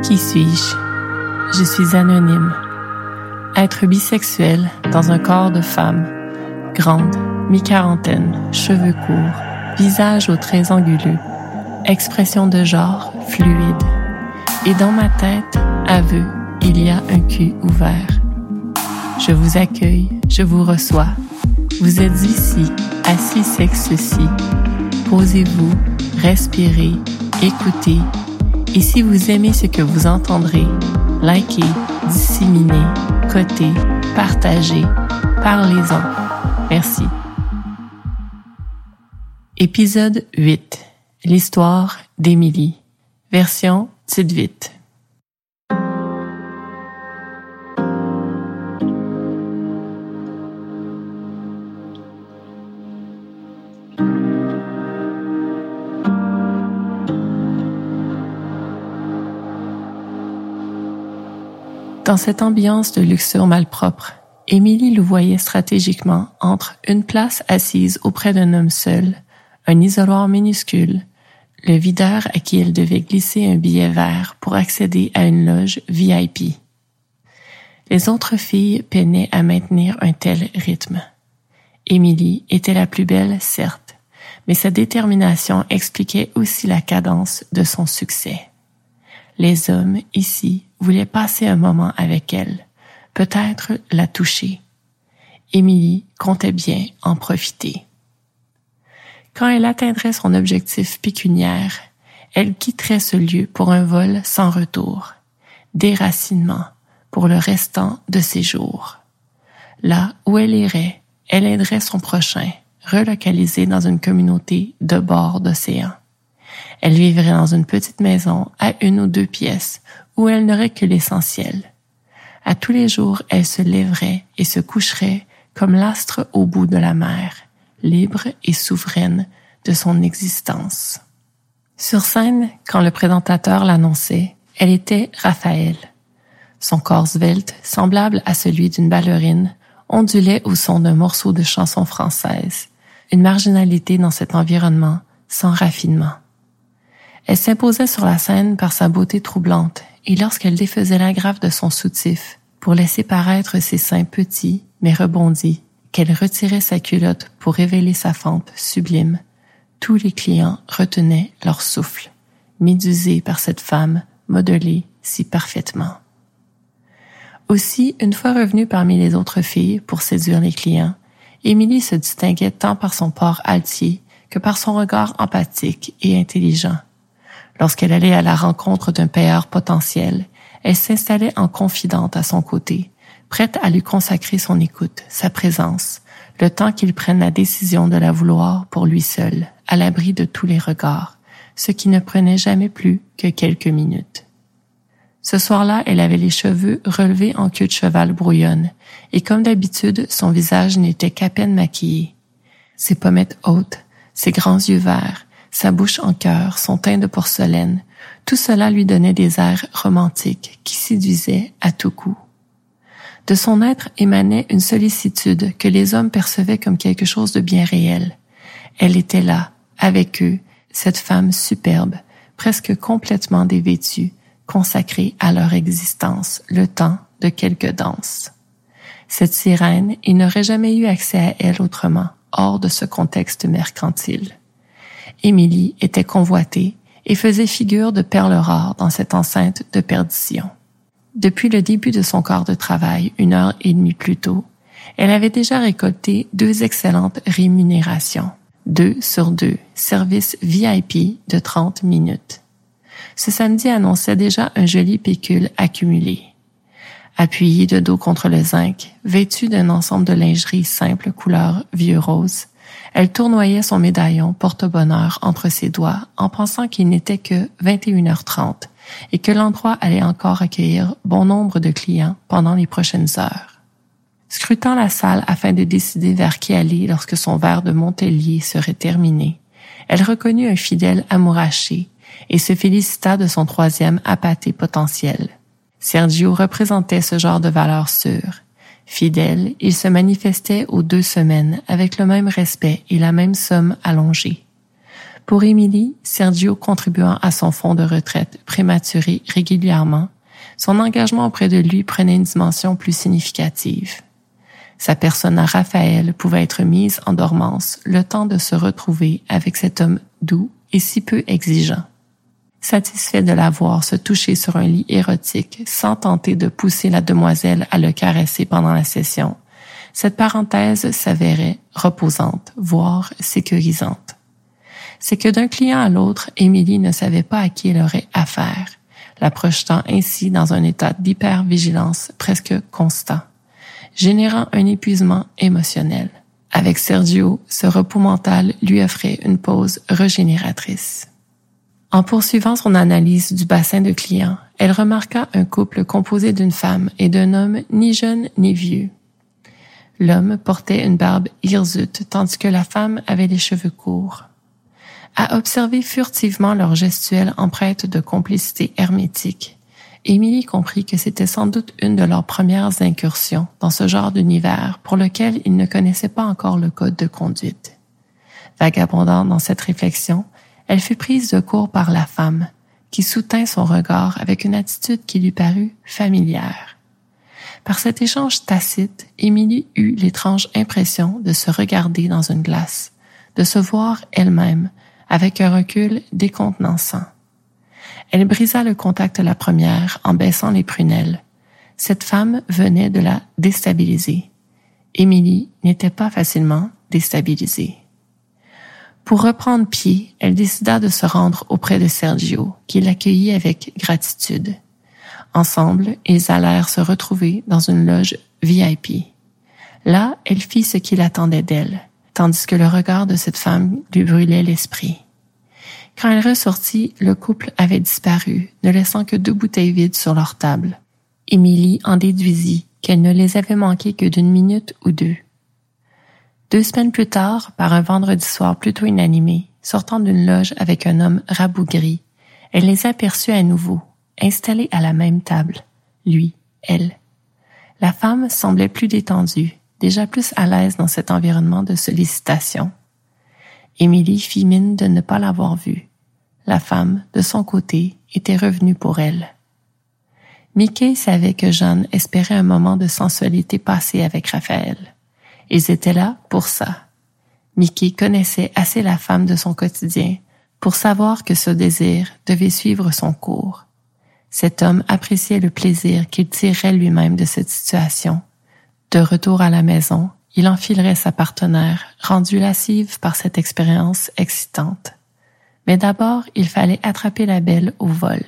Qui suis-je? Je suis anonyme. Être bisexuel dans un corps de femme, grande, mi-quarantaine, cheveux courts, visage aux traits anguleux, expression de genre fluide. Et dans ma tête, aveu, il y a un cul ouvert. Je vous accueille, je vous reçois. Vous êtes ici, assis sexe-ci. Posez-vous, respirez, écoutez. Et si vous aimez ce que vous entendrez, likez, disséminez, cotez, partagez, parlez-en. Merci. Épisode 8. L'histoire d'Émilie. Version Tite-Vite. Dans cette ambiance de luxure malpropre, Émilie louvoyait stratégiquement entre une place assise auprès d'un homme seul, un isoloir minuscule, le videur à qui elle devait glisser un billet vert pour accéder à une loge VIP. Les autres filles peinaient à maintenir un tel rythme. Émilie était la plus belle, certes, mais sa détermination expliquait aussi la cadence de son succès. Les hommes, ici, voulaient passer un moment avec elle, peut-être la toucher. Émilie comptait bien en profiter. Quand elle atteindrait son objectif pécuniaire, elle quitterait ce lieu pour un vol sans retour, déracinement pour le restant de ses jours. Là où elle irait, elle aiderait son prochain, relocalisé dans une communauté de bord d'océan. Elle vivrait dans une petite maison à 1 ou 2 pièces où elle n'aurait que l'essentiel. À tous les jours, elle se lèverait et se coucherait comme l'astre au bout de la mer, libre et souveraine de son existence. Sur scène, quand le présentateur l'annonçait, elle était Raphaël. Son corps svelte, semblable à celui d'une ballerine, ondulait au son d'un morceau de chanson française, une marginalité dans cet environnement sans raffinement. Elle s'imposait sur la scène par sa beauté troublante et lorsqu'elle défaisait l'agrafe de son soutif pour laisser paraître ses seins petits mais rebondis, qu'elle retirait sa culotte pour révéler sa fente sublime, tous les clients retenaient leur souffle, médusés par cette femme modelée si parfaitement. Aussi, une fois revenue parmi les autres filles pour séduire les clients, Émilie se distinguait tant par son port altier que par son regard empathique et intelligent. Lorsqu'elle allait à la rencontre d'un payeur potentiel, elle s'installait en confidente à son côté, prête à lui consacrer son écoute, sa présence, le temps qu'il prenne la décision de la vouloir pour lui seul, à l'abri de tous les regards, ce qui ne prenait jamais plus que quelques minutes. Ce soir-là, elle avait les cheveux relevés en queue de cheval brouillonne, et comme d'habitude, son visage n'était qu'à peine maquillé. Ses pommettes hautes, ses grands yeux verts, sa bouche en cœur, son teint de porcelaine, tout cela lui donnait des airs romantiques qui séduisaient à tout coup. De son être émanait une sollicitude que les hommes percevaient comme quelque chose de bien réel. Elle était là, avec eux, cette femme superbe, presque complètement dévêtue, consacrée à leur existence, le temps de quelques danses. Cette sirène, il n'aurait jamais eu accès à elle autrement, hors de ce contexte mercantile. Émilie était convoitée et faisait figure de perle rare dans cette enceinte de perdition. Depuis le début de son quart de travail, 1h30 plus tôt, elle avait déjà récolté 2 excellentes rémunérations. 2 sur 2, service VIP de 30 minutes. Ce samedi annonçait déjà un joli pécule accumulé. Appuyée de dos contre le zinc, vêtue d'un ensemble de lingerie simple couleur vieux rose, elle tournoyait son médaillon porte-bonheur entre ses doigts en pensant qu'il n'était que 21h30 et que l'endroit allait encore accueillir bon nombre de clients pendant les prochaines heures. Scrutant la salle afin de décider vers qui aller lorsque son verre de Montpellier serait terminé, elle reconnut un fidèle amouraché et se félicita de son 3e appâté potentiel. Sergio représentait ce genre de valeur sûre. Fidèle, il se manifestait aux 2 semaines avec le même respect et la même somme allongée. Pour Émilie, Sergio contribuant à son fonds de retraite prématuré régulièrement, son engagement auprès de lui prenait une dimension plus significative. Sa persona Raphaël pouvait être mise en dormance le temps de se retrouver avec cet homme doux et si peu exigeant. Satisfait de la voir se toucher sur un lit érotique sans tenter de pousser la demoiselle à le caresser pendant la session, cette parenthèse s'avérait reposante, voire sécurisante. C'est que d'un client à l'autre, Émilie ne savait pas à qui elle aurait affaire, la projetant ainsi dans un état d'hypervigilance presque constant, générant un épuisement émotionnel. Avec Sergio, ce repos mental lui offrait une pause régénératrice. En poursuivant son analyse du bassin de clients, elle remarqua un couple composé d'une femme et d'un homme ni jeune ni vieux. L'homme portait une barbe hirsute tandis que la femme avait les cheveux courts. À observer furtivement leur gestuelle empreinte de complicité hermétique, Émilie comprit que c'était sans doute une de leurs premières incursions dans ce genre d'univers pour lequel ils ne connaissaient pas encore le code de conduite. Vagabondant dans cette réflexion, elle fut prise de court par la femme, qui soutint son regard avec une attitude qui lui parut familière. Par cet échange tacite, Émilie eut l'étrange impression de se regarder dans une glace, de se voir elle-même, avec un recul décontenançant. Elle brisa le contact la première en baissant les prunelles. Cette femme venait de la déstabiliser. Émilie n'était pas facilement déstabilisée. Pour reprendre pied, elle décida de se rendre auprès de Sergio, qui l'accueillit avec gratitude. Ensemble, ils allèrent se retrouver dans une loge VIP. Là, elle fit ce qu'il attendait d'elle, tandis que le regard de cette femme lui brûlait l'esprit. Quand elle ressortit, le couple avait disparu, ne laissant que 2 bouteilles vides sur leur table. Émilie en déduisit qu'elle ne les avait manquées que d'1 minute ou 2. 2 semaines plus tard, par un vendredi soir plutôt inanimé, sortant d'une loge avec un homme rabougri, elle les aperçut à nouveau, installés à la même table, lui, elle. La femme semblait plus détendue, déjà plus à l'aise dans cet environnement de sollicitation. Émilie fit mine de ne pas l'avoir vue. La femme, de son côté, était revenue pour elle. Mickey savait que Jeanne espérait un moment de sensualité passé avec Raphaël. Ils étaient là pour ça. Mickey connaissait assez la femme de son quotidien pour savoir que ce désir devait suivre son cours. Cet homme appréciait le plaisir qu'il tirerait lui-même de cette situation. De retour à la maison, il enfilerait sa partenaire, rendue lascive par cette expérience excitante. Mais d'abord, il fallait attraper la belle au vol.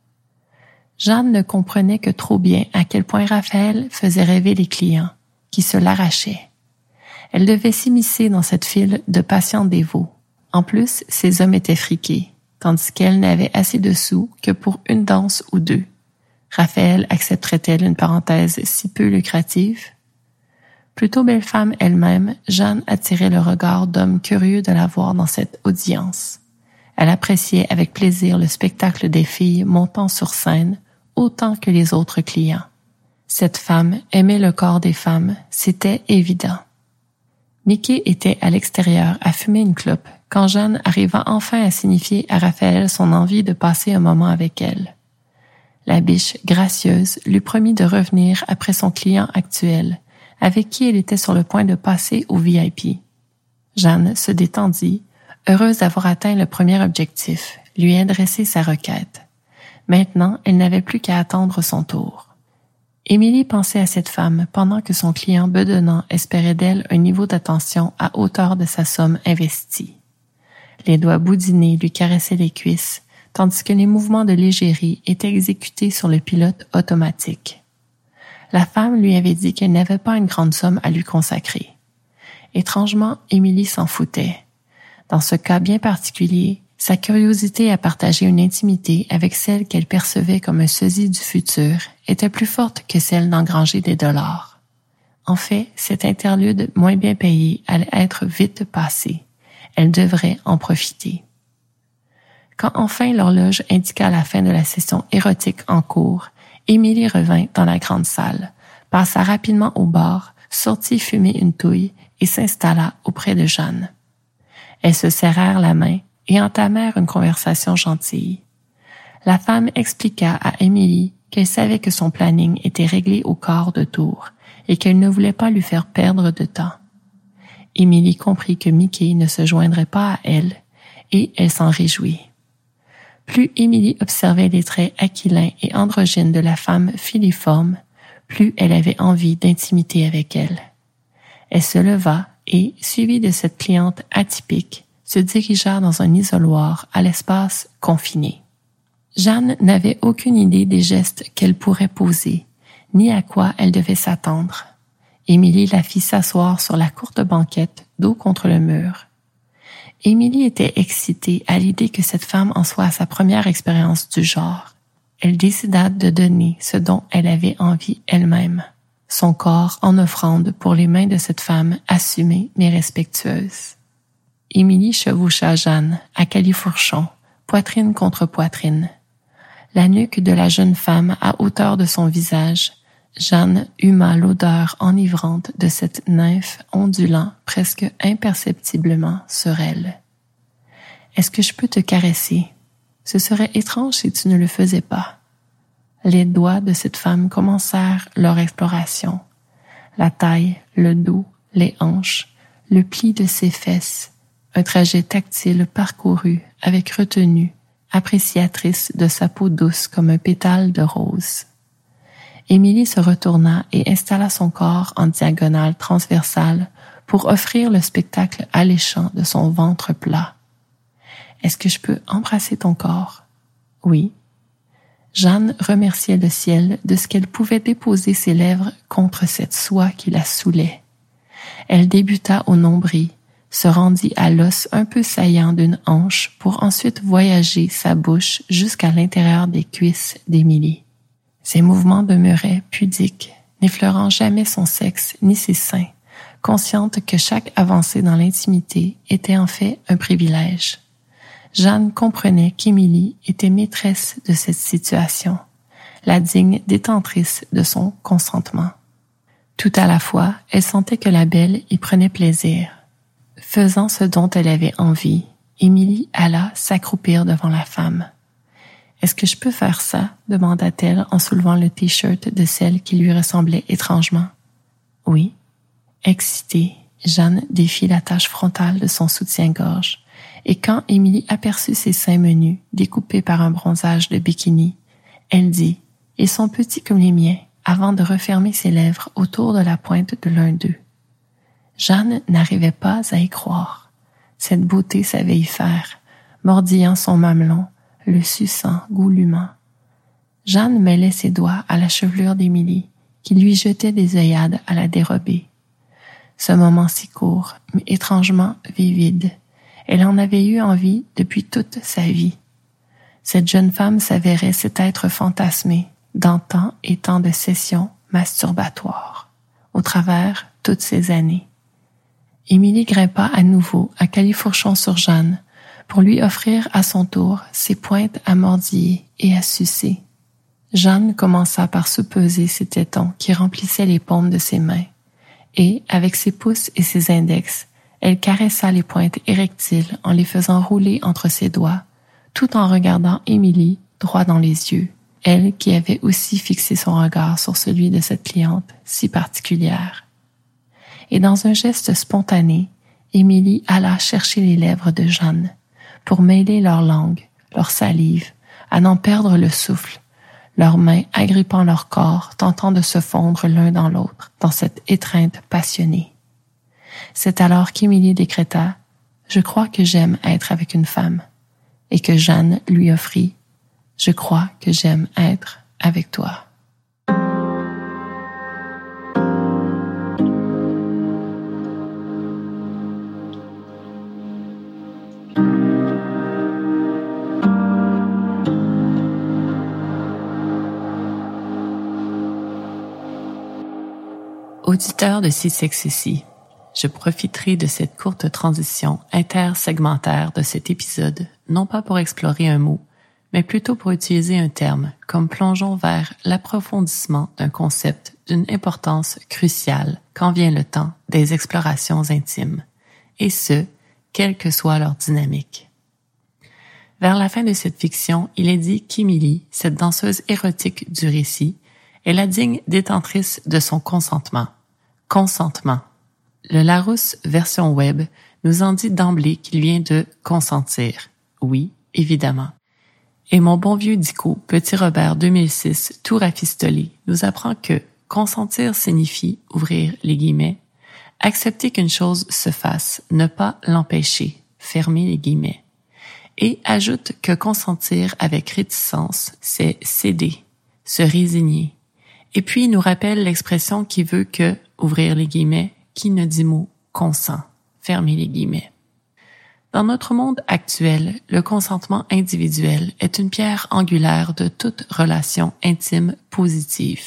Jeanne ne comprenait que trop bien à quel point Raphaël faisait rêver les clients, qui se l'arrachaient. Elle devait s'immiscer dans cette file de patients dévots. En plus, ces hommes étaient friqués, tandis qu'elle n'avait assez de sous que pour une danse ou 2. Raphaël accepterait-elle une parenthèse si peu lucrative? Plutôt belle femme elle-même, Jeanne attirait le regard d'hommes curieux de la voir dans cette audience. Elle appréciait avec plaisir le spectacle des filles montant sur scène autant que les autres clients. Cette femme aimait le corps des femmes, c'était évident. Mickey était à l'extérieur à fumer une clope quand Jeanne arriva enfin à signifier à Raphaël son envie de passer un moment avec elle. La biche gracieuse lui promit de revenir après son client actuel, avec qui elle était sur le point de passer au VIP. Jeanne se détendit, heureuse d'avoir atteint le premier objectif, lui adresser sa requête. Maintenant, elle n'avait plus qu'à attendre son tour. Émilie pensait à cette femme pendant que son client bedonnant espérait d'elle un niveau d'attention à hauteur de sa somme investie. Les doigts boudinés lui caressaient les cuisses, tandis que les mouvements de légérie étaient exécutés sur le pilote automatique. La femme lui avait dit qu'elle n'avait pas une grande somme à lui consacrer. Étrangement, Émilie s'en foutait. Dans ce cas bien particulier, sa curiosité à partager une intimité avec celle qu'elle percevait comme un sosie du futur était plus forte que celle d'engranger des dollars. En fait, cette interlude moins bien payée allait être vite passée. Elle devrait en profiter. Quand enfin l'horloge indiqua la fin de la session érotique en cours, Émilie revint dans la grande salle, passa rapidement au bar, sortit fumer une touille et s'installa auprès de Jeanne. Elles se serrèrent la main, et entamèrent une conversation gentille. La femme expliqua à Emily qu'elle savait que son planning était réglé au quart de tour et qu'elle ne voulait pas lui faire perdre de temps. Emily comprit que Mickey ne se joindrait pas à elle et elle s'en réjouit. Plus Emily observait les traits aquilins et androgynes de la femme filiforme, plus elle avait envie d'intimité avec elle. Elle se leva et, suivie de cette cliente atypique, se dirigea dans un isoloir à l'espace confiné. Jeanne n'avait aucune idée des gestes qu'elle pourrait poser, ni à quoi elle devait s'attendre. Émilie la fit s'asseoir sur la courte banquette, dos contre le mur. Émilie était excitée à l'idée que cette femme en soit à sa première expérience du genre. Elle décida de donner ce dont elle avait envie elle-même, son corps en offrande pour les mains de cette femme assumée mais respectueuse. Émilie chevaucha Jeanne à califourchon, poitrine contre poitrine. La nuque de la jeune femme à hauteur de son visage, Jeanne huma l'odeur enivrante de cette nymphe ondulant presque imperceptiblement sur elle. « Est-ce que je peux te caresser? Ce serait étrange si tu ne le faisais pas. » Les doigts de cette femme commencèrent leur exploration. La taille, le dos, les hanches, le pli de ses fesses, un trajet tactile parcouru avec retenue, appréciatrice de sa peau douce comme un pétale de rose. Émilie se retourna et installa son corps en diagonale transversale pour offrir le spectacle alléchant de son ventre plat. « Est-ce que je peux embrasser ton corps? » « Oui. » Jeanne remerciait le ciel de ce qu'elle pouvait déposer ses lèvres contre cette soie qui la saoulait. Elle débuta au nombril, se rendit à l'os un peu saillant d'une hanche pour ensuite voyager sa bouche jusqu'à l'intérieur des cuisses d'Émilie. Ses mouvements demeuraient pudiques, n'effleurant jamais son sexe ni ses seins, consciente que chaque avancée dans l'intimité était en fait un privilège. Jeanne comprenait qu'Émilie était maîtresse de cette situation, la digne détentrice de son consentement. Tout à la fois, elle sentait que la belle y prenait plaisir. Faisant ce dont elle avait envie, Émilie alla s'accroupir devant la femme. « Est-ce que je peux faire ça? » demanda-t-elle en soulevant le t-shirt de celle qui lui ressemblait étrangement. « Oui. » Excitée, Jeanne défit la tache frontale de son soutien-gorge, et quand Émilie aperçut ses seins menus, découpés par un bronzage de bikini, elle dit « Ils sont petits comme les miens », avant de refermer ses lèvres autour de la pointe de l'un d'eux. Jeanne n'arrivait pas à y croire. Cette beauté savait y faire, mordillant son mamelon, le suçant goulûment. Jeanne mêlait ses doigts à la chevelure d'Émilie, qui lui jetait des œillades à la dérobée. Ce moment si court, mais étrangement vivide, elle en avait eu envie depuis toute sa vie. Cette jeune femme s'avérait cet être fantasmé, dans tant et tant de sessions masturbatoires, au travers toutes ces années. Émilie grimpa à nouveau à califourchon sur Jeanne pour lui offrir à son tour ses pointes à mordiller et à sucer. Jeanne commença par soupeser ses tétons qui remplissaient les paumes de ses mains, et, avec ses pouces et ses index, elle caressa les pointes érectiles en les faisant rouler entre ses doigts, tout en regardant Émilie droit dans les yeux, elle qui avait aussi fixé son regard sur celui de cette cliente si particulière. Et dans un geste spontané, Émilie alla chercher les lèvres de Jeanne pour mêler leurs langues, leur salive, à n'en perdre le souffle, leurs mains agrippant leur corps, tentant de se fondre l'un dans l'autre dans cette étreinte passionnée. C'est alors qu'Émilie décréta « Je crois que j'aime être avec une femme » et que Jeanne lui offrit « Je crois que j'aime être avec toi ». Auditeur de Si Sexe Ici, je profiterai de cette courte transition intersegmentaire de cet épisode, non pas pour explorer un mot, mais plutôt pour utiliser un terme comme plongeon vers l'approfondissement d'un concept d'une importance cruciale quand vient le temps des explorations intimes, et ce, quelle que soit leur dynamique. Vers la fin de cette fiction, il est dit qu'Emily, cette danseuse érotique du récit, est la digne détentrice de son consentement. Consentement. Le Larousse version web nous en dit d'emblée qu'il vient de consentir. Oui, évidemment. Et mon bon vieux dico, Petit Robert 2006, tout rafistolé, nous apprend que consentir signifie, ouvrir les guillemets, accepter qu'une chose se fasse, ne pas l'empêcher, fermer les guillemets. Et ajoute que consentir avec réticence, c'est céder, se résigner. Et puis il nous rappelle l'expression qui veut que, ouvrir les guillemets, qui ne dit mot, consent, fermer les guillemets. Dans notre monde actuel, le consentement individuel est une pierre angulaire de toute relation intime positive.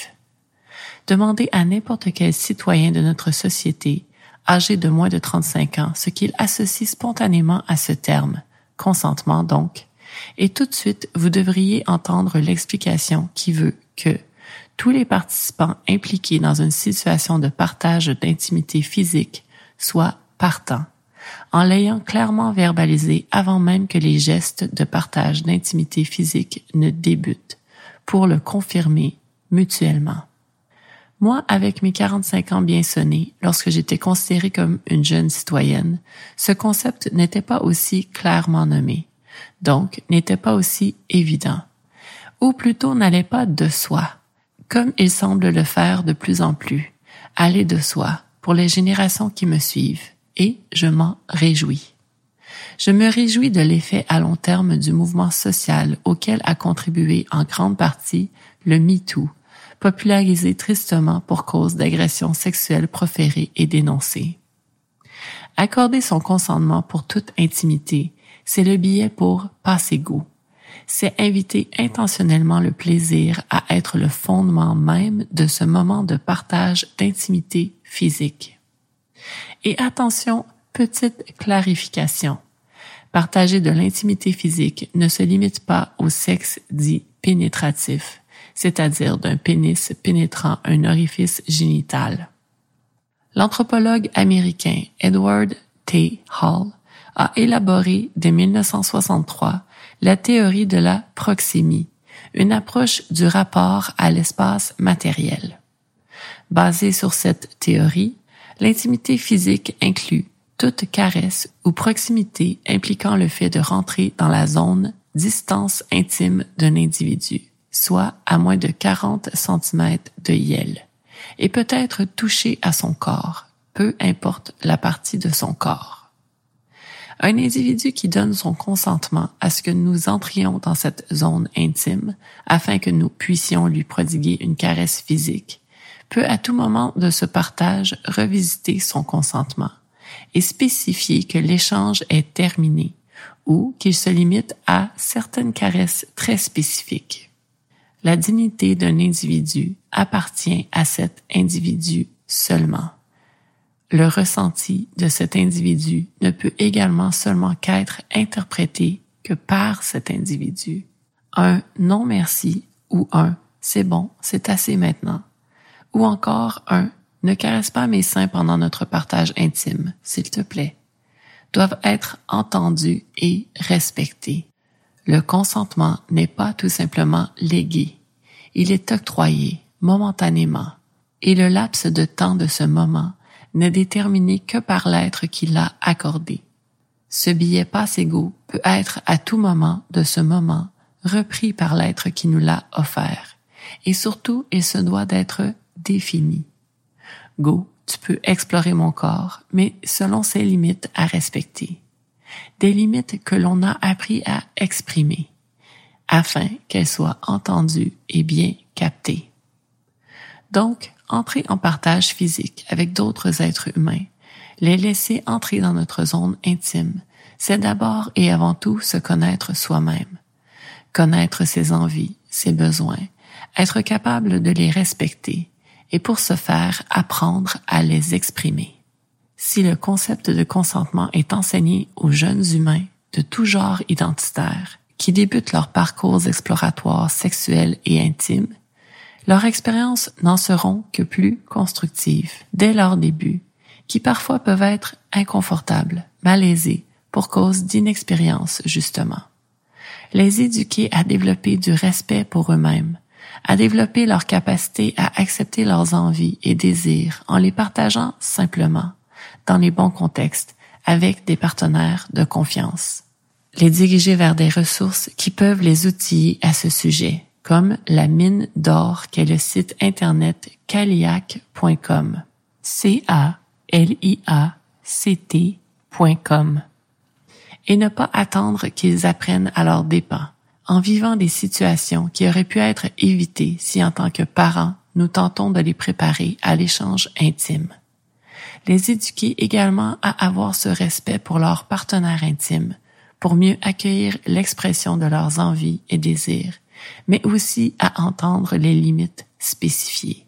Demandez à n'importe quel citoyen de notre société, âgé de moins de 35 ans, ce qu'il associe spontanément à ce terme, consentement donc, et tout de suite vous devriez entendre l'explication qui veut que tous les participants impliqués dans une situation de partage d'intimité physique soient partants, en l'ayant clairement verbalisé avant même que les gestes de partage d'intimité physique ne débutent, pour le confirmer mutuellement. Moi, avec mes 45 ans bien sonnés, lorsque j'étais considérée comme une jeune citoyenne, ce concept n'était pas aussi clairement nommé, donc n'était pas aussi évident, ou plutôt n'allait pas de soi, comme il semble le faire de plus en plus, aller de soi pour les générations qui me suivent. Et je m'en réjouis. Je me réjouis de l'effet à long terme du mouvement social auquel a contribué en grande partie le MeToo, popularisé tristement pour cause d'agressions sexuelles proférées et dénoncées. Accorder son consentement pour toute intimité, c'est le billet pour passer goût. C'est inviter intentionnellement le plaisir à être le fondement même de ce moment de partage d'intimité physique. Et attention, petite clarification. Partager de l'intimité physique ne se limite pas au sexe dit pénétratif, c'est-à-dire d'un pénis pénétrant un orifice génital. L'anthropologue américain Edward T. Hall a élaboré dès 1963 la théorie de la proxémie, une approche du rapport à l'espace matériel. Basée sur cette théorie, l'intimité physique inclut toute caresse ou proximité impliquant le fait de rentrer dans la zone distance intime d'un individu, soit à moins de 40 cm de hyèle, et peut être touché à son corps, peu importe la partie de son corps. Un individu qui donne son consentement à ce que nous entrions dans cette zone intime afin que nous puissions lui prodiguer une caresse physique peut à tout moment de ce partage revisiter son consentement et spécifier que l'échange est terminé ou qu'il se limite à certaines caresses très spécifiques. La dignité d'un individu appartient à cet individu seulement. Le ressenti de cet individu ne peut également seulement qu'être interprété que par cet individu. Un « non merci » ou un « c'est bon, c'est assez maintenant » ou encore un « ne caresse pas mes seins pendant notre partage intime, s'il te plaît », doivent être entendus et respectés. Le consentement n'est pas tout simplement légué, il est octroyé momentanément, et le laps de temps de ce moment n'est déterminé que par l'être qui l'a accordé. Ce billet passe-égaux peut être à tout moment de ce moment repris par l'être qui nous l'a offert, et surtout il se doit d'être défini. Go, tu peux explorer mon corps, mais selon ses limites à respecter. Des limites que l'on a appris à exprimer, afin qu'elles soient entendues et bien captées. Donc, entrer en partage physique avec d'autres êtres humains, les laisser entrer dans notre zone intime, c'est d'abord et avant tout se connaître soi-même. Connaître ses envies, ses besoins, être capable de les respecter, et pour ce faire, apprendre à les exprimer. Si le concept de consentement est enseigné aux jeunes humains de tout genre identitaire qui débutent leur parcours exploratoire sexuel et intime, leurs expériences n'en seront que plus constructives dès leur début, qui parfois peuvent être inconfortables, malaisées, pour cause d'inexpérience justement. Les éduquer à développer du respect pour eux-mêmes, à développer leur capacité à accepter leurs envies et désirs en les partageant simplement, dans les bons contextes, avec des partenaires de confiance. Les diriger vers des ressources qui peuvent les outiller à ce sujet, comme la mine d'or qu'est le site internet caliac.com. CALIACT.com. Et ne pas attendre qu'ils apprennent à leurs dépens, en vivant des situations qui auraient pu être évitées si en tant que parents, nous tentons de les préparer à l'échange intime. Les éduquer également à avoir ce respect pour leurs partenaires intimes, pour mieux accueillir l'expression de leurs envies et désirs, mais aussi à entendre les limites spécifiées.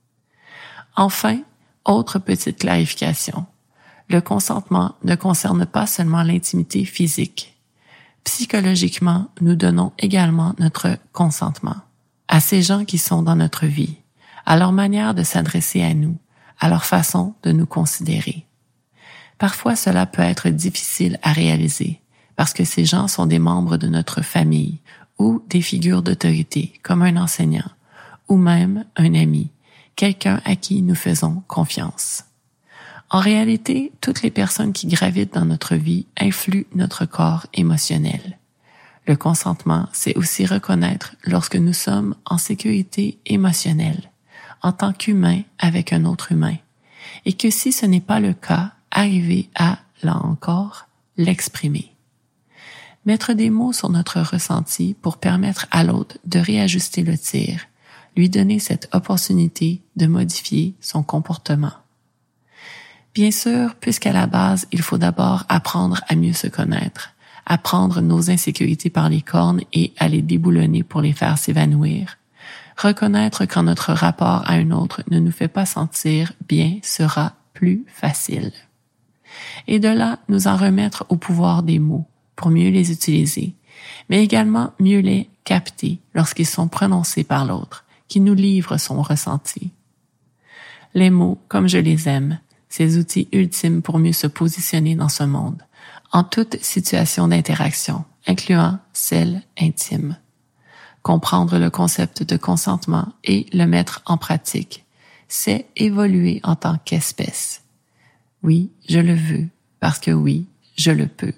Enfin, autre petite clarification. Le consentement ne concerne pas seulement l'intimité physique. Psychologiquement, nous donnons également notre consentement à ces gens qui sont dans notre vie, à leur manière de s'adresser à nous, à leur façon de nous considérer. Parfois, cela peut être difficile à réaliser parce que ces gens sont des membres de notre famille ou des figures d'autorité comme un enseignant ou même un ami, quelqu'un à qui nous faisons confiance. En réalité, toutes les personnes qui gravitent dans notre vie influent notre corps émotionnel. Le consentement, c'est aussi reconnaître lorsque nous sommes en sécurité émotionnelle, en tant qu'humain avec un autre humain, et que si ce n'est pas le cas, arriver à, là encore, l'exprimer. Mettre des mots sur notre ressenti pour permettre à l'autre de réajuster le tir, lui donner cette opportunité de modifier son comportement. Bien sûr, puisqu'à la base, il faut d'abord apprendre à mieux se connaître, à prendre nos insécurités par les cornes et à les déboulonner pour les faire s'évanouir. Reconnaître quand notre rapport à un autre ne nous fait pas sentir bien sera plus facile. Et de là, nous en remettre au pouvoir des mots pour mieux les utiliser, mais également mieux les capter lorsqu'ils sont prononcés par l'autre, qui nous livre son ressenti. Les mots, comme je les aime, ces outils ultimes pour mieux se positionner dans ce monde, en toute situation d'interaction, incluant celle intime. Comprendre le concept de consentement et le mettre en pratique, c'est évoluer en tant qu'espèce. Oui, je le veux, parce que oui, je le peux.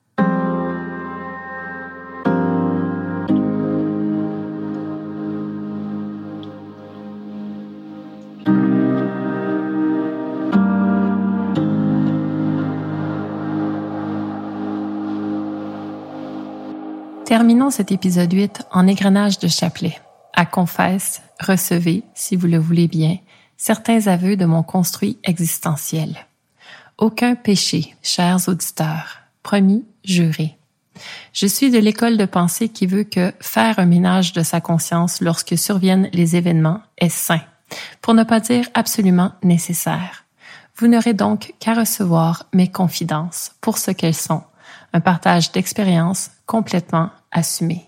Terminons cet épisode 8 en égrenage de chapelet. À confesse, recevez, si vous le voulez bien, certains aveux de mon construit existentiel. Aucun péché, chers auditeurs. Promis, juré. Je suis de l'école de pensée qui veut que faire un ménage de sa conscience lorsque surviennent les événements est sain, pour ne pas dire absolument nécessaire. Vous n'aurez donc qu'à recevoir mes confidences pour ce qu'elles sont, un partage d'expériences complètement assumé.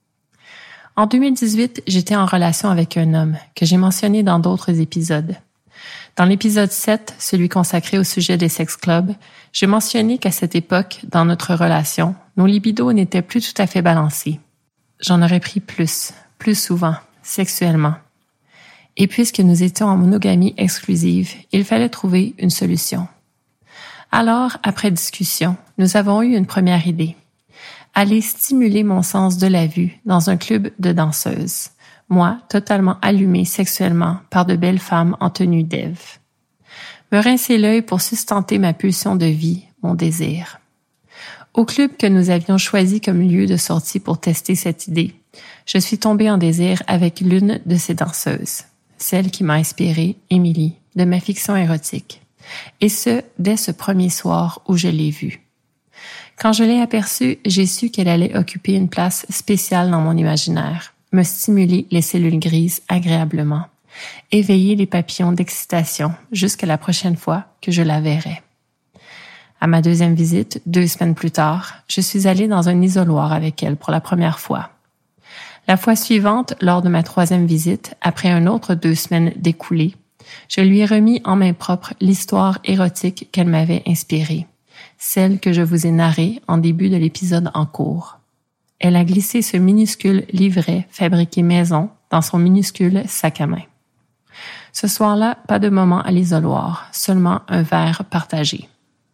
En 2018, j'étais en relation avec un homme que j'ai mentionné dans d'autres épisodes. Dans l'épisode 7, celui consacré au sujet des sex clubs, j'ai mentionné qu'à cette époque, dans notre relation, nos libidos n'étaient plus tout à fait balancés. J'en aurais pris plus souvent, sexuellement. Et puisque nous étions en monogamie exclusive, il fallait trouver une solution. Alors, après discussion, nous avons eu une première idée. Aller stimuler mon sens de la vue dans un club de danseuses. Moi, totalement allumée sexuellement par de belles femmes en tenue d'Ève. Me rincer l'œil pour sustenter ma pulsion de vie, mon désir. Au club que nous avions choisi comme lieu de sortie pour tester cette idée, je suis tombée en désir avec l'une de ces danseuses, celle qui m'a inspiré, Émilie, de ma fiction érotique. Et ce, dès ce premier soir où je l'ai vue. Quand je l'ai aperçue, j'ai su qu'elle allait occuper une place spéciale dans mon imaginaire, me stimuler les cellules grises agréablement, éveiller les papillons d'excitation jusqu'à la prochaine fois que je la verrai. À ma deuxième visite, 2 semaines plus tard, je suis allée dans un isoloir avec elle pour la première fois. La fois suivante, lors de ma 3e visite, après un autre 2 semaines découlées, je lui ai remis en main propre l'histoire érotique qu'elle m'avait inspirée, celle que je vous ai narrée en début de l'épisode en cours. Elle a glissé ce minuscule livret fabriqué maison dans son minuscule sac à main. Ce soir-là, pas de moment à l'isoloir, seulement un verre partagé.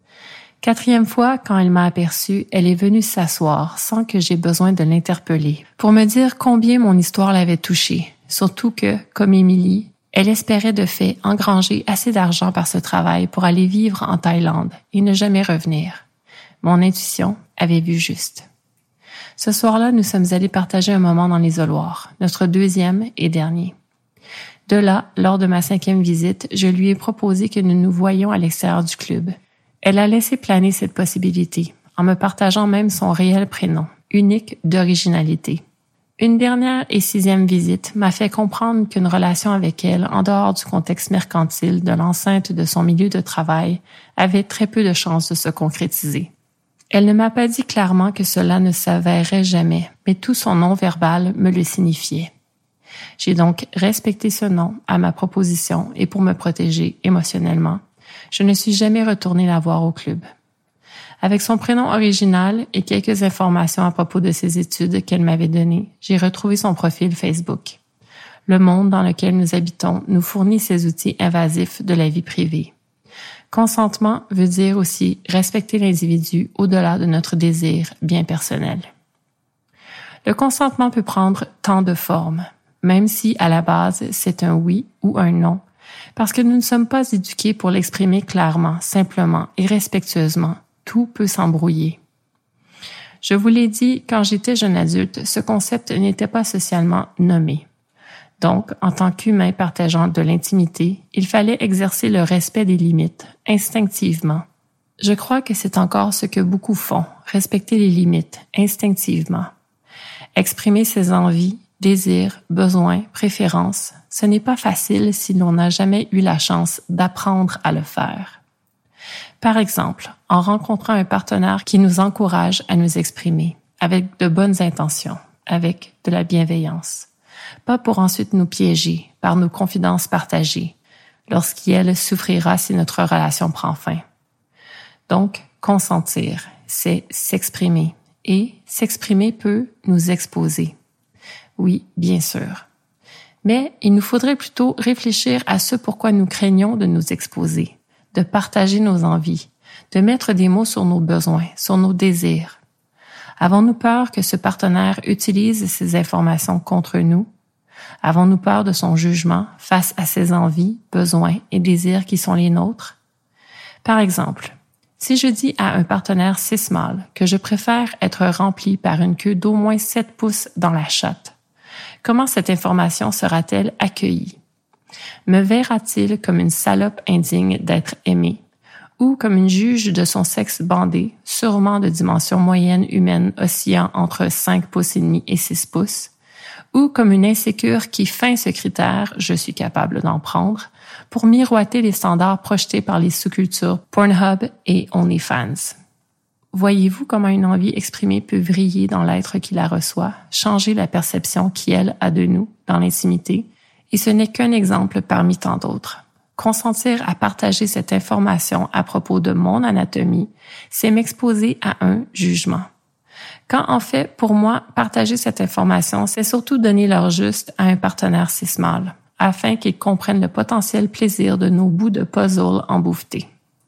4e fois, quand elle m'a aperçue, elle est venue s'asseoir sans que j'aie besoin de l'interpeller pour me dire combien mon histoire l'avait touchée, surtout que, comme Émilie, elle espérait de fait engranger assez d'argent par ce travail pour aller vivre en Thaïlande et ne jamais revenir. Mon intuition avait vu juste. Ce soir-là, nous sommes allés partager un moment dans l'isoloir, notre 2e et dernier. De là, lors de ma 5e visite, je lui ai proposé que nous nous voyions à l'extérieur du club. Elle a laissé planer cette possibilité, en me partageant même son réel prénom, unique d'originalité. Une dernière et 6e visite m'a fait comprendre qu'une relation avec elle, en dehors du contexte mercantile de l'enceinte de son milieu de travail, avait très peu de chances de se concrétiser. Elle ne m'a pas dit clairement que cela ne s'avérerait jamais, mais tout son non-verbal me le signifiait. J'ai donc respecté ce non à ma proposition et pour me protéger émotionnellement, je ne suis jamais retournée la voir au club. Avec son prénom original et quelques informations à propos de ses études qu'elle m'avait données, j'ai retrouvé son profil Facebook. Le monde dans lequel nous habitons nous fournit ces outils invasifs de la vie privée. Consentement veut dire aussi respecter l'individu au-delà de notre désir bien personnel. Le consentement peut prendre tant de formes, même si à la base c'est un oui ou un non, parce que nous ne sommes pas éduqués pour l'exprimer clairement, simplement et respectueusement. Tout peut s'embrouiller. Je vous l'ai dit, quand j'étais jeune adulte, ce concept n'était pas socialement nommé. Donc, en tant qu'humain partageant de l'intimité, il fallait exercer le respect des limites, instinctivement. Je crois que c'est encore ce que beaucoup font, respecter les limites, instinctivement. Exprimer ses envies, désirs, besoins, préférences, ce n'est pas facile si l'on n'a jamais eu la chance d'apprendre à le faire. Par exemple, en rencontrant un partenaire qui nous encourage à nous exprimer, avec de bonnes intentions, avec de la bienveillance. Pas pour ensuite nous piéger par nos confidences partagées, lorsqu'elle souffrira si notre relation prend fin. Donc, consentir, c'est s'exprimer, et s'exprimer peut nous exposer. Oui, bien sûr. Mais il nous faudrait plutôt réfléchir à ce pourquoi nous craignons de nous exposer, de partager nos envies, de mettre des mots sur nos besoins, sur nos désirs. Avons-nous peur que ce partenaire utilise ces informations contre nous? Avons-nous peur de son jugement face à ses envies, besoins et désirs qui sont les nôtres? Par exemple, si je dis à un partenaire cis-mâle que je préfère être rempli par une queue d'au moins 7 pouces dans la chatte, comment cette information sera-t-elle accueillie? Me verra-t-il comme une salope indigne d'être aimée ou comme une juge de son sexe bandé, sûrement de dimension moyenne humaine oscillant entre 5 pouces et demi et 6 pouces, ou comme une insécure qui feint ce critère, je suis capable d'en prendre, pour miroiter les standards projetés par les sous-cultures Pornhub et OnlyFans. Voyez-vous comment une envie exprimée peut vriller dans l'être qui la reçoit, changer la perception qu'elle a de nous dans l'intimité, et ce n'est qu'un exemple parmi tant d'autres. Consentir à partager cette information à propos de mon anatomie, c'est m'exposer à un jugement. Quand en fait, pour moi, partager cette information, c'est surtout donner l'heure juste à un partenaire cis-mâle, afin qu'il comprenne le potentiel plaisir de nos bouts de puzzle embouffetés.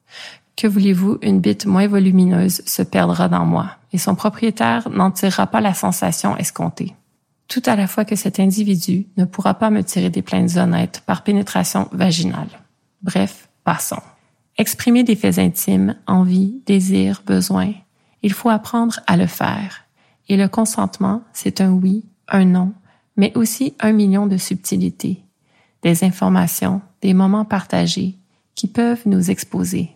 Que voulez-vous, une bite moins volumineuse se perdra dans moi, et son propriétaire n'en tirera pas la sensation escomptée. Tout à la fois que cet individu ne pourra pas me tirer des plaintes honnêtes par pénétration vaginale. Bref, passons. Exprimer des faits intimes, envies, désirs, besoins, il faut apprendre à le faire. Et le consentement, c'est un oui, un non, mais aussi 1 million de subtilités, des informations, des moments partagés qui peuvent nous exposer.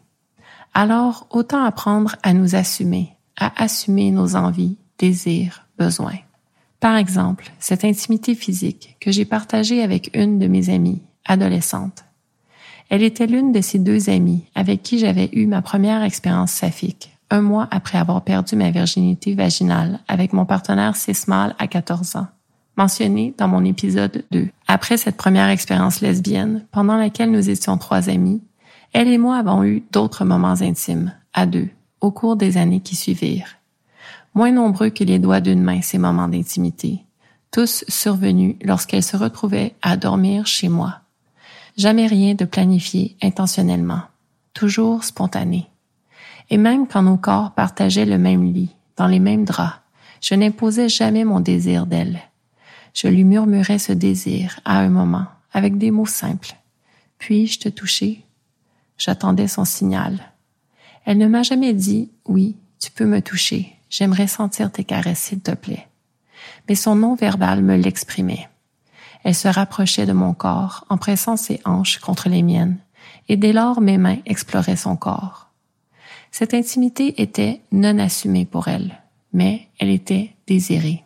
Alors, autant apprendre à nous assumer, à assumer nos envies, désirs, besoins. Par exemple, cette intimité physique que j'ai partagée avec une de mes amies, adolescente. Elle était l'une de ces 2 amies avec qui j'avais eu ma première expérience saphique, 1 mois après avoir perdu ma virginité vaginale avec mon partenaire cis-mâle à 14 ans, mentionné dans mon épisode 2. Après cette première expérience lesbienne, pendant laquelle nous étions 3 amies, elle et moi avons eu d'autres moments intimes, à 2, au cours des années qui suivirent. moins nombreux que les doigts d'une main ces moments d'intimité, tous survenus lorsqu'elle se retrouvait à dormir chez moi. Jamais rien de planifié intentionnellement, toujours spontané. Et même quand nos corps partageaient le même lit, dans les mêmes draps, je n'imposais jamais mon désir d'elle. Je lui murmurais ce désir à un moment, avec des mots simples. « Puis-je te toucher ?» J'attendais son signal. Elle ne m'a jamais dit « Oui, tu peux me toucher, j'aimerais sentir tes caresses s'il te plaît. » Mais son non-verbal me l'exprimait. Elle se rapprochait de mon corps en pressant ses hanches contre les miennes, et dès lors mes mains exploraient son corps. Cette intimité était non assumée pour elle, mais elle était désirée.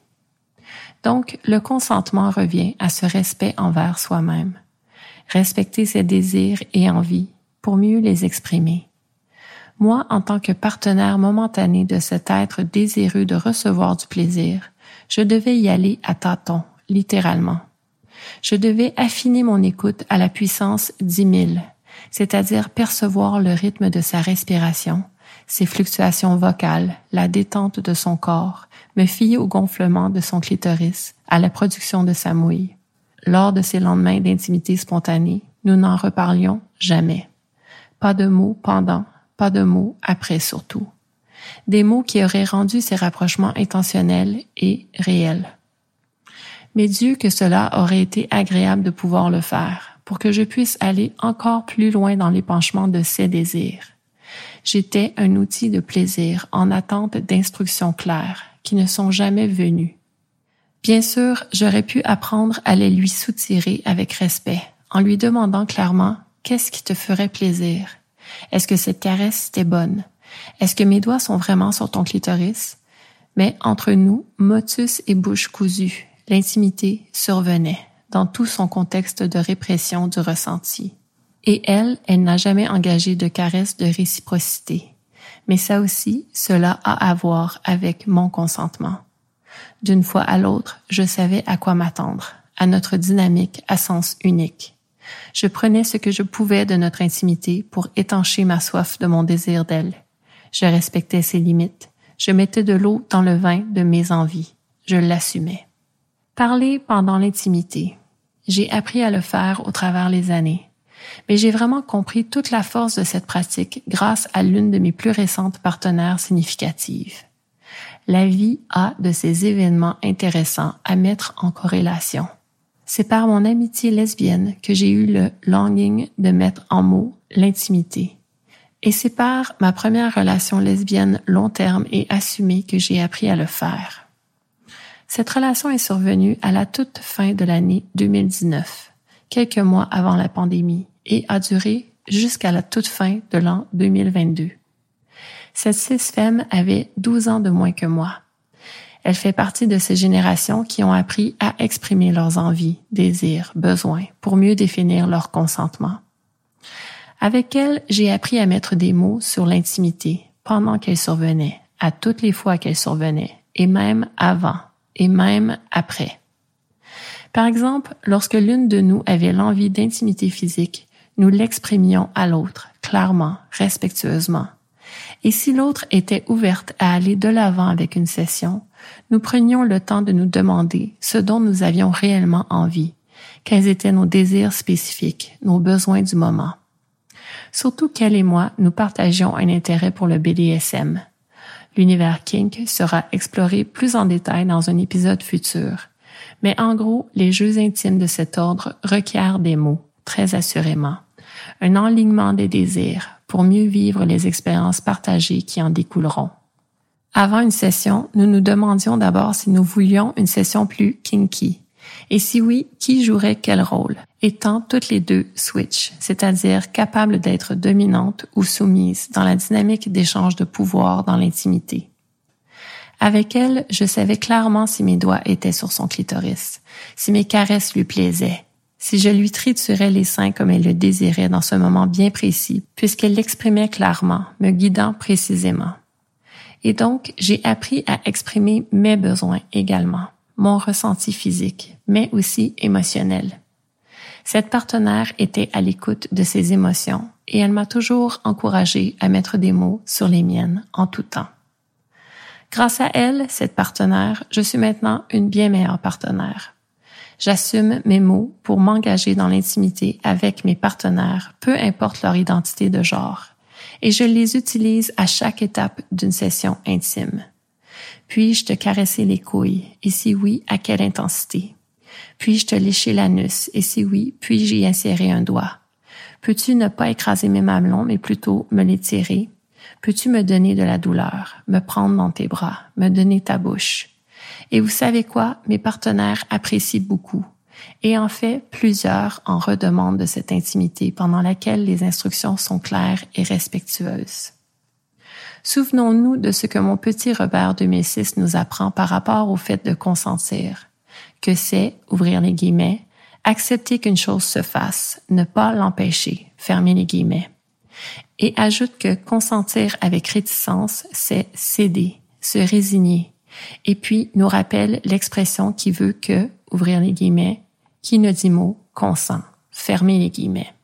Donc, le consentement revient à ce respect envers soi-même. Respecter ses désirs et envies pour mieux les exprimer. Moi, en tant que partenaire momentané de cet être désireux de recevoir du plaisir, je devais y aller à tâtons, littéralement. Je devais affiner mon écoute à la puissance 10 000, c'est-à-dire percevoir le rythme de sa respiration, ses fluctuations vocales, la détente de son corps, me fier au gonflement de son clitoris, à la production de sa mouille. Lors de ces lendemains d'intimité spontanée, nous n'en reparlions jamais. Pas de mots pendant, pas de mots après surtout. Des mots qui auraient rendu ces rapprochements intentionnels et réels. Mais Dieu que cela aurait été agréable de pouvoir le faire, pour que je puisse aller encore plus loin dans l'épanchement de ses désirs. J'étais un outil de plaisir en attente d'instructions claires qui ne sont jamais venues. Bien sûr, j'aurais pu apprendre à les lui soutirer avec respect, en lui demandant clairement « Qu'est-ce qui te ferait plaisir? Est-ce que cette caresse t'est bonne? Est-ce que mes doigts sont vraiment sur ton clitoris? » Mais entre nous, motus et bouche cousue, l'intimité survenait, dans tout son contexte de répression du ressenti. Et elle n'a jamais engagé de caresse de réciprocité. Mais ça aussi, cela a à voir avec mon consentement. D'une fois à l'autre, je savais à quoi m'attendre, à notre dynamique à sens unique. Je prenais ce que je pouvais de notre intimité pour étancher ma soif de mon désir d'elle. Je respectais ses limites. Je mettais de l'eau dans le vin de mes envies. Je l'assumais. Parler pendant l'intimité. J'ai appris à le faire au travers les années. Mais j'ai vraiment compris toute la force de cette pratique grâce à l'une de mes plus récentes partenaires significatives. La vie a de ces événements intéressants à mettre en corrélation. C'est par mon amitié lesbienne que j'ai eu le longing de mettre en mots l'intimité. Et c'est par ma première relation lesbienne long terme et assumée que j'ai appris à le faire. Cette relation est survenue à la toute fin de l'année 2019, quelques mois avant la pandémie, et a duré jusqu'à la toute fin de l'an 2022. Cette cis-femme avait 12 ans de moins que moi. Elle fait partie de ces générations qui ont appris à exprimer leurs envies, désirs, besoins pour mieux définir leur consentement. Avec elle, j'ai appris à mettre des mots sur l'intimité pendant qu'elle survenait, à toutes les fois qu'elle survenait, et même avant, et même après. Par exemple, lorsque l'une de nous avait l'envie d'intimité physique, nous l'exprimions à l'autre, clairement, respectueusement. Et si l'autre était ouverte à aller de l'avant avec une session, nous prenions le temps de nous demander ce dont nous avions réellement envie, quels étaient nos désirs spécifiques, nos besoins du moment. Surtout qu'elle et moi, nous partagions un intérêt pour le BDSM. L'univers kink sera exploré plus en détail dans un épisode futur. Mais en gros, les jeux intimes de cet ordre requièrent des mots, très assurément. Un enlignement des désirs pour mieux vivre les expériences partagées qui en découleront. Avant une session, nous nous demandions d'abord si nous voulions une session plus kinky. Et si oui, qui jouerait quel rôle, étant toutes les deux switch, c'est-à-dire capables d'être dominantes ou soumises dans la dynamique d'échange de pouvoir dans l'intimité. Avec elle, je savais clairement si mes doigts étaient sur son clitoris, si mes caresses lui plaisaient, si je lui triturais les seins comme elle le désirait dans ce moment bien précis, puisqu'elle l'exprimait clairement, me guidant précisément. Et donc, j'ai appris à exprimer mes besoins également, mon ressenti physique, mais aussi émotionnel. Cette partenaire était à l'écoute de ses émotions et elle m'a toujours encouragée à mettre des mots sur les miennes en tout temps. Grâce à elle, cette partenaire, je suis maintenant une bien meilleure partenaire. J'assume mes mots pour m'engager dans l'intimité avec mes partenaires, peu importe leur identité de genre, et je les utilise à chaque étape d'une session intime. Puis-je te caresser les couilles, et si oui, à quelle intensité? Puis-je te lécher l'anus, et si oui, puis-je y insérer un doigt? Peux-tu ne pas écraser mes mamelons, mais plutôt me les tirer? Peux-tu me donner de la douleur, me prendre dans tes bras, me donner ta bouche? Et vous savez quoi? Mes partenaires apprécient beaucoup. Et en fait, plusieurs en redemandent de cette intimité pendant laquelle les instructions sont claires et respectueuses. Souvenons-nous de ce que mon petit Robert 2006 nous apprend par rapport au fait de consentir, que c'est, ouvrir les guillemets, accepter qu'une chose se fasse, ne pas l'empêcher, fermer les guillemets. Et ajoute que consentir avec réticence, c'est céder, se résigner, et puis nous rappelle l'expression qui veut que, ouvrir les guillemets, qui ne dit mot, consent, fermer les guillemets.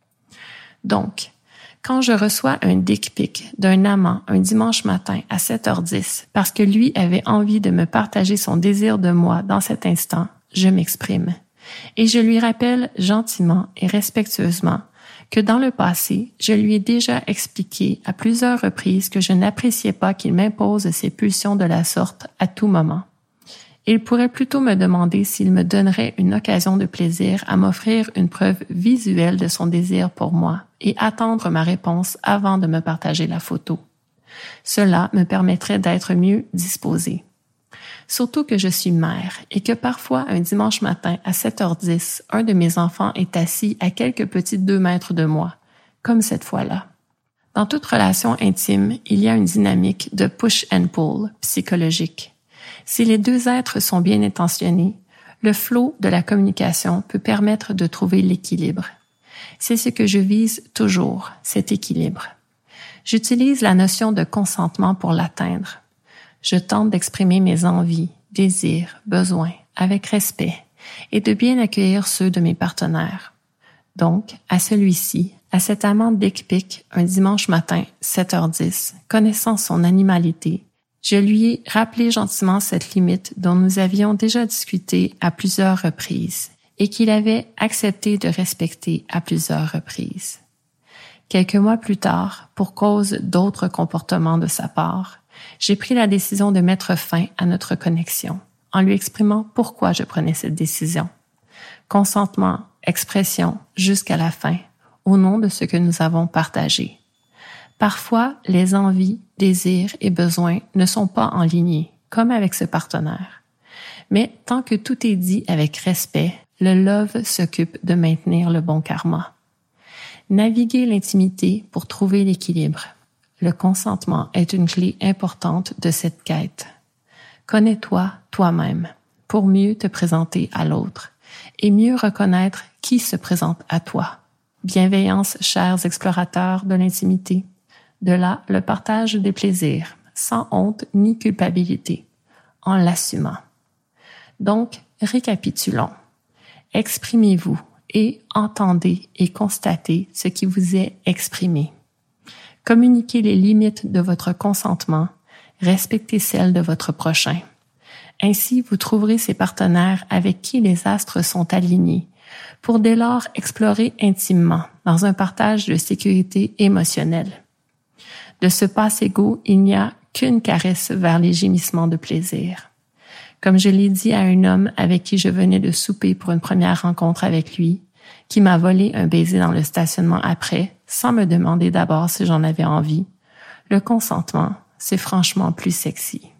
Donc, quand je reçois un dick pic d'un amant un dimanche matin à 7h10 parce que lui avait envie de me partager son désir de moi dans cet instant, je m'exprime. Et je lui rappelle gentiment et respectueusement que dans le passé, je lui ai déjà expliqué à plusieurs reprises que je n'appréciais pas qu'il m'impose ses pulsions de la sorte à tout moment. Il pourrait plutôt me demander s'il me donnerait une occasion de plaisir à m'offrir une preuve visuelle de son désir pour moi et attendre ma réponse avant de me partager la photo. Cela me permettrait d'être mieux disposée. Surtout que je suis mère et que parfois, un dimanche matin à 7h10, un de mes enfants est assis à quelques petits 2 mètres de moi, comme cette fois-là. Dans toute relation intime, il y a une dynamique de push and pull psychologique. Si les 2 êtres sont bien intentionnés, le flow de la communication peut permettre de trouver l'équilibre. C'est ce que je vise toujours, cet équilibre. J'utilise la notion de consentement pour l'atteindre. Je tente d'exprimer mes envies, désirs, besoins avec respect et de bien accueillir ceux de mes partenaires. Donc, à celui-ci, à cet amant dick pic, un dimanche matin, 7h10, connaissant son animalité, je lui ai rappelé gentiment cette limite dont nous avions déjà discuté à plusieurs reprises et qu'il avait accepté de respecter à plusieurs reprises. Quelques mois plus tard, pour cause d'autres comportements de sa part, j'ai pris la décision de mettre fin à notre connexion, en lui exprimant pourquoi je prenais cette décision. Consentement, expression, jusqu'à la fin, au nom de ce que nous avons partagé. Parfois, les envies, désirs et besoins ne sont pas en ligne, comme avec ce partenaire. Mais tant que tout est dit avec respect, le love s'occupe de maintenir le bon karma. Naviguer l'intimité pour trouver l'équilibre. Le consentement est une clé importante de cette quête. Connais-toi toi-même pour mieux te présenter à l'autre et mieux reconnaître qui se présente à toi. Bienveillance, chers explorateurs de l'intimité. De là, le partage des plaisirs, sans honte ni culpabilité, en l'assumant. Donc, récapitulons. Exprimez-vous et entendez et constatez ce qui vous est exprimé. Communiquez les limites de votre consentement, respectez celles de votre prochain. Ainsi, vous trouverez ces partenaires avec qui les astres sont alignés, pour dès lors explorer intimement, dans un partage de sécurité émotionnelle. De ce passe-égaux, il n'y a qu'une caresse vers les gémissements de plaisir. Comme je l'ai dit à un homme avec qui je venais de souper pour une première rencontre avec lui, qui m'a volé un baiser dans le stationnement après, sans me demander d'abord si j'en avais envie, le consentement, c'est franchement plus sexy.